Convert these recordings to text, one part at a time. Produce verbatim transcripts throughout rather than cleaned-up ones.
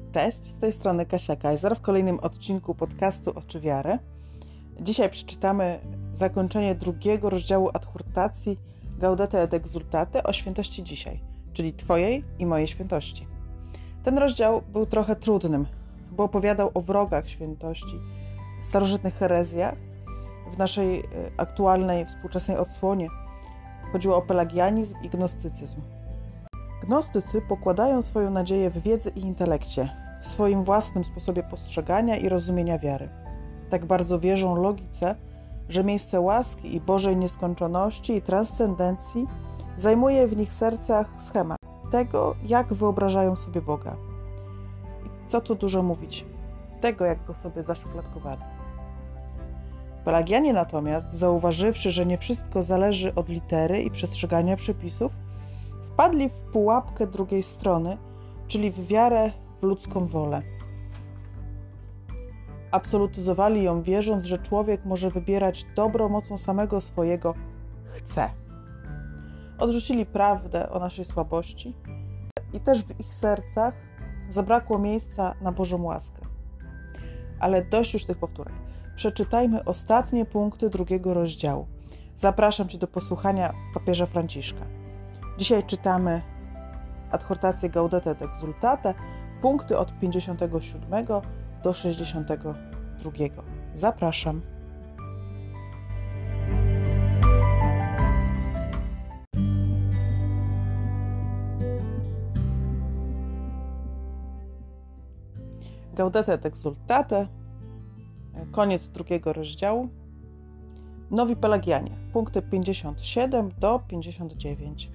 Cześć, z tej strony Kasia Kajzer w kolejnym odcinku podcastu Oczy Wiary. Dzisiaj przeczytamy zakończenie drugiego rozdziału adhortacji Gaudete et Exsultate o świętości dzisiaj, czyli Twojej i mojej świętości. Ten rozdział był trochę trudnym, bo opowiadał o wrogach świętości, starożytnych herezjach w naszej aktualnej, współczesnej odsłonie. Chodziło o pelagianizm i gnostycyzm. Gnostycy pokładają swoją nadzieję w wiedzy i intelekcie, w swoim własnym sposobie postrzegania i rozumienia wiary. Tak bardzo wierzą logice, że miejsce łaski i Bożej nieskończoności i transcendencji zajmuje w nich sercach schemat tego, jak wyobrażają sobie Boga. I co tu dużo mówić, tego, jak go sobie zaszufladkowali. Pelagianie natomiast, zauważywszy, że nie wszystko zależy od litery i przestrzegania przepisów, wpadli w pułapkę drugiej strony, czyli w wiarę w ludzką wolę. Absolutyzowali ją, wierząc, że człowiek może wybierać dobro mocą samego swojego chce. Odrzucili prawdę o naszej słabości i też w ich sercach zabrakło miejsca na Bożą łaskę. Ale dość już tych powtórek. Przeczytajmy ostatnie punkty drugiego rozdziału. Zapraszam Cię do posłuchania papieża Franciszka. Dzisiaj czytamy adhortację Gaudete et Exsultate, punkty od pięćdziesiątego siódmego do sześćdziesiątego drugiego. Zapraszam. Gaudete et Exsultate, koniec drugiego rozdziału. Nowi Pelagianie, punkty pięćdziesiąt siedem do pięćdziesiąt dziewięć.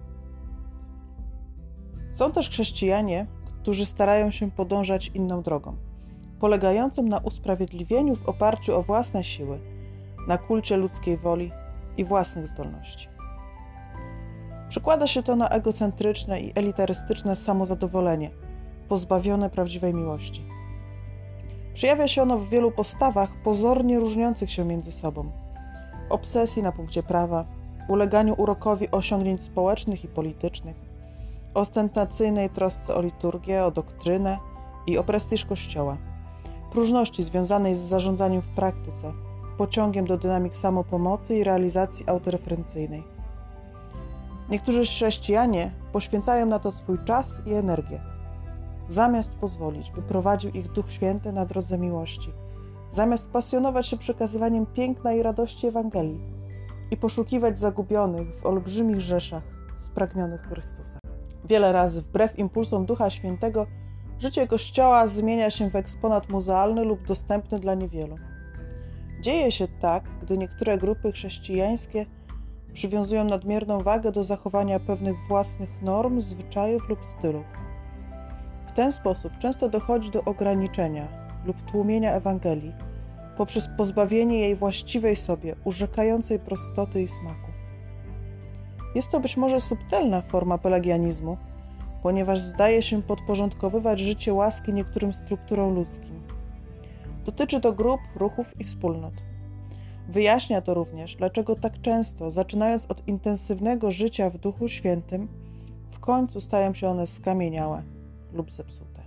Są też chrześcijanie, którzy starają się podążać inną drogą, polegającym na usprawiedliwieniu w oparciu o własne siły, na kulcie ludzkiej woli i własnych zdolności. Przekłada się to na egocentryczne i elitarystyczne samozadowolenie, pozbawione prawdziwej miłości. Przejawia się ono w wielu postawach pozornie różniących się między sobą. Obsesji na punkcie prawa, uleganiu urokowi osiągnięć społecznych i politycznych, ostentacyjnej trosce o liturgię, o doktrynę i o prestiż Kościoła, próżności związanej z zarządzaniem w praktyce, pociągiem do dynamik samopomocy i realizacji autoreferencyjnej. Niektórzy chrześcijanie poświęcają na to swój czas i energię, zamiast pozwolić, by prowadził ich Duch Święty na drodze miłości, zamiast pasjonować się przekazywaniem piękna i radości Ewangelii i poszukiwać zagubionych w olbrzymich rzeszach spragnionych Chrystusa. Wiele razy, wbrew impulsom Ducha Świętego, życie Kościoła zmienia się w eksponat muzealny lub dostępny dla niewielu. Dzieje się tak, gdy niektóre grupy chrześcijańskie przywiązują nadmierną wagę do zachowania pewnych własnych norm, zwyczajów lub stylów. W ten sposób często dochodzi do ograniczenia lub tłumienia Ewangelii poprzez pozbawienie jej właściwej sobie, urzekającej prostoty i smaku. Jest to być może subtelna forma pelagianizmu, ponieważ zdaje się podporządkowywać życie łaski niektórym strukturom ludzkim. Dotyczy to grup, ruchów i wspólnot. Wyjaśnia to również, dlaczego tak często, zaczynając od intensywnego życia w Duchu Świętym, w końcu stają się one skamieniałe lub zepsute.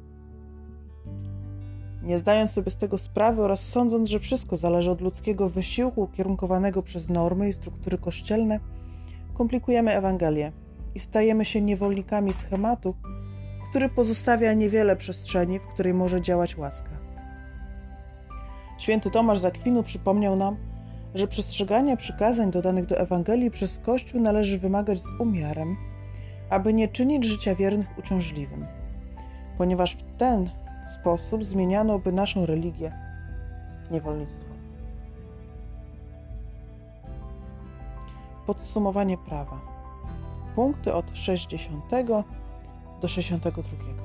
Nie zdając sobie z tego sprawy oraz sądząc, że wszystko zależy od ludzkiego wysiłku ukierunkowanego przez normy i struktury kościelne, komplikujemy Ewangelię i stajemy się niewolnikami schematu, który pozostawia niewiele przestrzeni, w której może działać łaska. Święty Tomasz z Akwinu przypomniał nam, że przestrzegania przykazań dodanych do Ewangelii przez Kościół należy wymagać z umiarem, aby nie czynić życia wiernych uciążliwym, ponieważ w ten sposób zmieniano by naszą religię w niewolnictwo. Podsumowanie prawa. Punkty od sześćdziesiątego do sześćdziesiątego drugiego.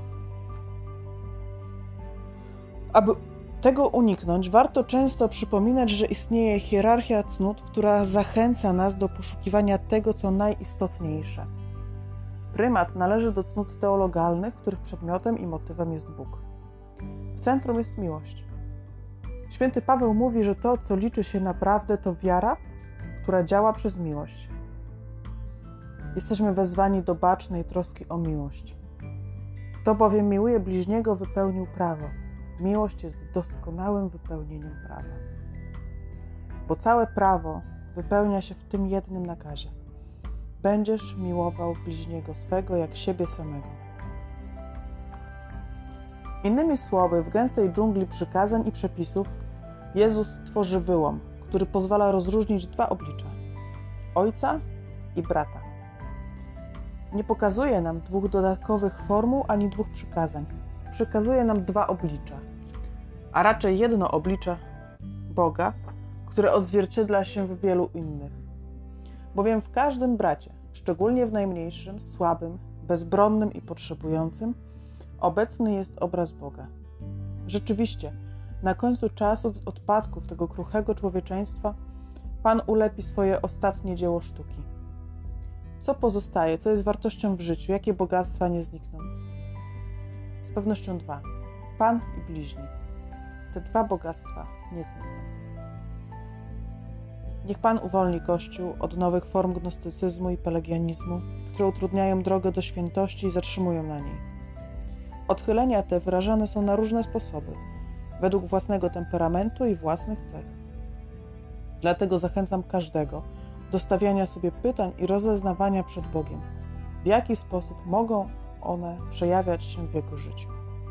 Aby tego uniknąć, warto często przypominać, że istnieje hierarchia cnót, która zachęca nas do poszukiwania tego, co najistotniejsze. Prymat należy do cnót teologalnych, których przedmiotem i motywem jest Bóg. W centrum jest miłość. Święty Paweł mówi, że to, co liczy się naprawdę, to wiara, która działa przez miłość. Jesteśmy wezwani do bacznej troski o miłość. Kto bowiem miłuje bliźniego, wypełnił prawo. Miłość jest doskonałym wypełnieniem prawa. Bo całe prawo wypełnia się w tym jednym nakazie. Będziesz miłował bliźniego swego jak siebie samego. Innymi słowy, w gęstej dżungli przykazań i przepisów Jezus tworzy wyłom, który pozwala rozróżnić dwa oblicza – ojca i brata. Nie pokazuje nam dwóch dodatkowych formuł ani dwóch przykazań. Przekazuje nam dwa oblicza, a raczej jedno oblicze Boga, które odzwierciedla się w wielu innych. Bowiem w każdym bracie, szczególnie w najmniejszym, słabym, bezbronnym i potrzebującym, obecny jest obraz Boga. Rzeczywiście, na końcu czasów z odpadków tego kruchego człowieczeństwa Pan ulepi swoje ostatnie dzieło sztuki. Co pozostaje, co jest wartością w życiu, jakie bogactwa nie znikną? Z pewnością dwa. Pan i bliźni. Te dwa bogactwa nie znikną. Niech Pan uwolni Kościół od nowych form gnostycyzmu i pelagianizmu, które utrudniają drogę do świętości i zatrzymują na niej. Odchylenia te wyrażane są na różne sposoby, według własnego temperamentu i własnych cech. Dlatego zachęcam każdego do stawiania sobie pytań i rozeznawania przed Bogiem, w jaki sposób mogą one przejawiać się w Jego życiu.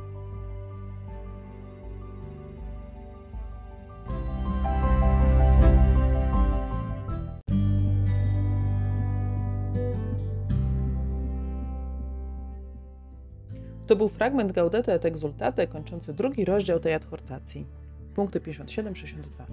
To był fragment Gaudete et Exsultate kończący drugi rozdział tej adhortacji, punkty pięćdziesiąt siedem sześćdziesiąt dwa.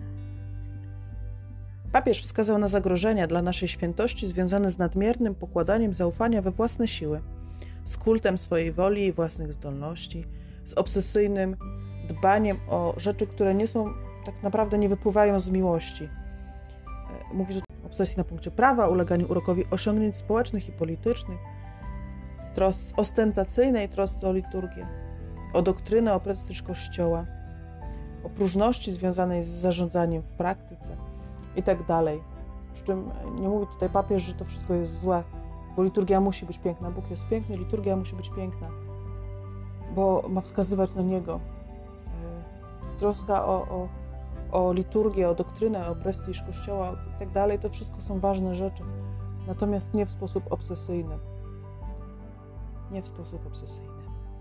Papież wskazał na zagrożenia dla naszej świętości związane z nadmiernym pokładaniem zaufania we własne siły, z kultem swojej woli i własnych zdolności, z obsesyjnym dbaniem o rzeczy, które nie są, tak naprawdę nie wypływają z miłości. Mówi tu o obsesji na punkcie prawa, uleganiu urokowi osiągnięć społecznych i politycznych, tros ostentacyjnej trosce o liturgię, o doktrynę, o prestiż Kościoła, o próżności związanej z zarządzaniem w praktyce i tak dalej. Przy czym nie mówi tutaj papież, że to wszystko jest złe, bo liturgia musi być piękna. Bóg jest piękny, liturgia musi być piękna, bo ma wskazywać na Niego. Troska o, o, o liturgię, o doktrynę, o prestiż Kościoła i tak dalej, to wszystko są ważne rzeczy, natomiast nie w sposób obsesyjny. Nie w sposób obsesyjny.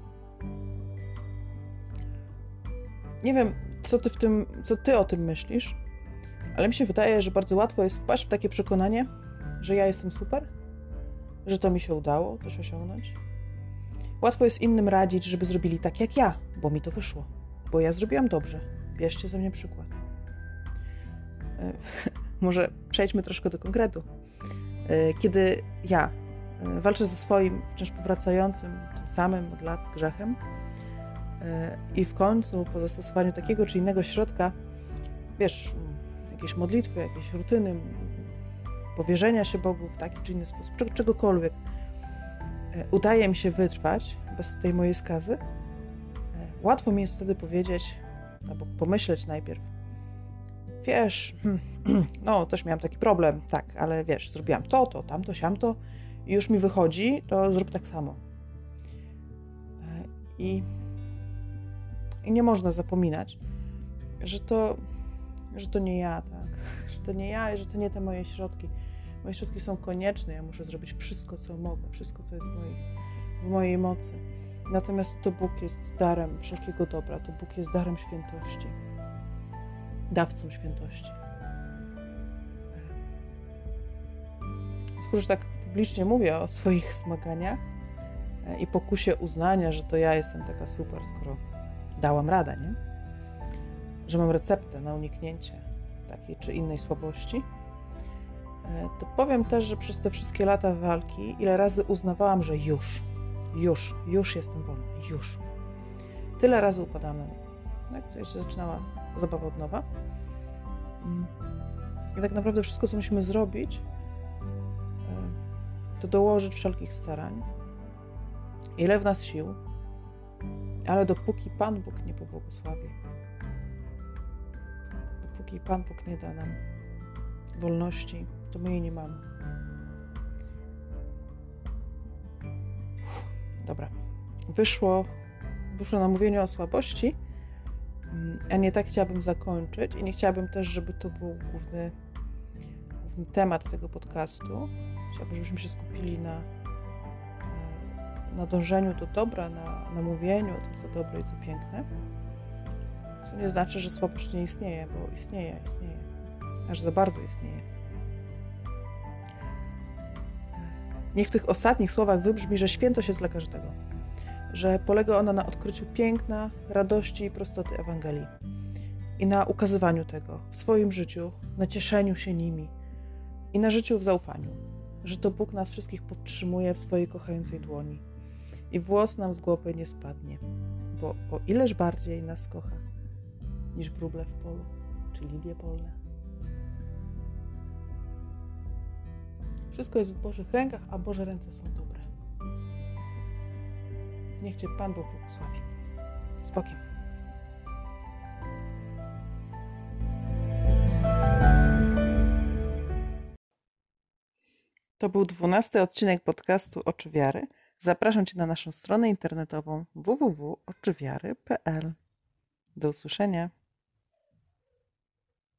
Nie wiem, co ty, w tym, co ty o tym myślisz, ale mi się wydaje, że bardzo łatwo jest wpaść w takie przekonanie, że ja jestem super, że to mi się udało coś osiągnąć. Łatwo jest innym radzić, żeby zrobili tak jak ja, bo mi to wyszło, bo ja zrobiłam dobrze. Bierzcie ze mnie przykład. Może przejdźmy troszkę do konkretu. Kiedy ja walczę ze swoim wciąż powracającym, tym samym od lat grzechem i w końcu po zastosowaniu takiego czy innego środka, wiesz, jakieś modlitwy, jakieś rutyny, powierzenia się Bogu w taki czy inny sposób, czegokolwiek, udaje mi się wytrwać bez tej mojej skazy, łatwo mi jest wtedy powiedzieć, albo pomyśleć najpierw, wiesz, no też miałam taki problem, tak, ale wiesz, zrobiłam to, to, tamto, siamto i już mi wychodzi, to zrób tak samo. I, i nie można zapominać, że to, że to nie ja, tak, że to nie ja i że to nie te moje środki. Moje środki są konieczne, ja muszę zrobić wszystko, co mogę, wszystko, co jest w mojej, w mojej mocy. Natomiast to Bóg jest darem wszelkiego dobra, to Bóg jest darem świętości, dawcą świętości. Skoro już tak publicznie mówię o swoich zmaganiach i pokusie uznania, że to ja jestem taka super, skoro dałam radę, nie? Że mam receptę na uniknięcie takiej czy innej słabości, to powiem też, że przez te wszystkie lata walki, ile razy uznawałam, że już, już, już jestem wolna, już. Tyle razy upadałam na nowo. Tak, to się zaczynała zabawa od nowa. I tak naprawdę wszystko, co musimy zrobić, to dołożyć wszelkich starań, ile w nas sił, ale dopóki Pan Bóg nie pobłogosławi, dopóki Pan Bóg nie da nam wolności, to my jej nie mamy. Dobra, wyszło, wyszło na mówieniu o słabości, a nie tak chciałabym zakończyć i nie chciałabym też, żeby to był główny, główny temat tego podcastu. Chciałabym, żebyśmy się skupili na, na dążeniu do dobra, na, na mówieniu o tym, co dobre i co piękne. Co nie znaczy, że słabość nie istnieje, bo istnieje, istnieje. Aż za bardzo istnieje. Niech w tych ostatnich słowach wybrzmi, że świętość jest dla każdego. Że polega ona na odkryciu piękna, radości i prostoty Ewangelii. I na ukazywaniu tego w swoim życiu, na cieszeniu się nimi i na życiu w zaufaniu. Że to Bóg nas wszystkich podtrzymuje w swojej kochającej dłoni. I włos nam z głowy nie spadnie, bo o ileż bardziej nas kocha niż wróble w polu, czy lilie polne. Wszystko jest w Bożych rękach, a Boże ręce są dobre. Niech Cię Pan Bóg błogosławi. Z Bogiem. To był dwunasty odcinek podcastu Oczy Wiary. Zapraszam Cię na naszą stronę internetową w w w kropka oczy wiary kropka p l. Do usłyszenia.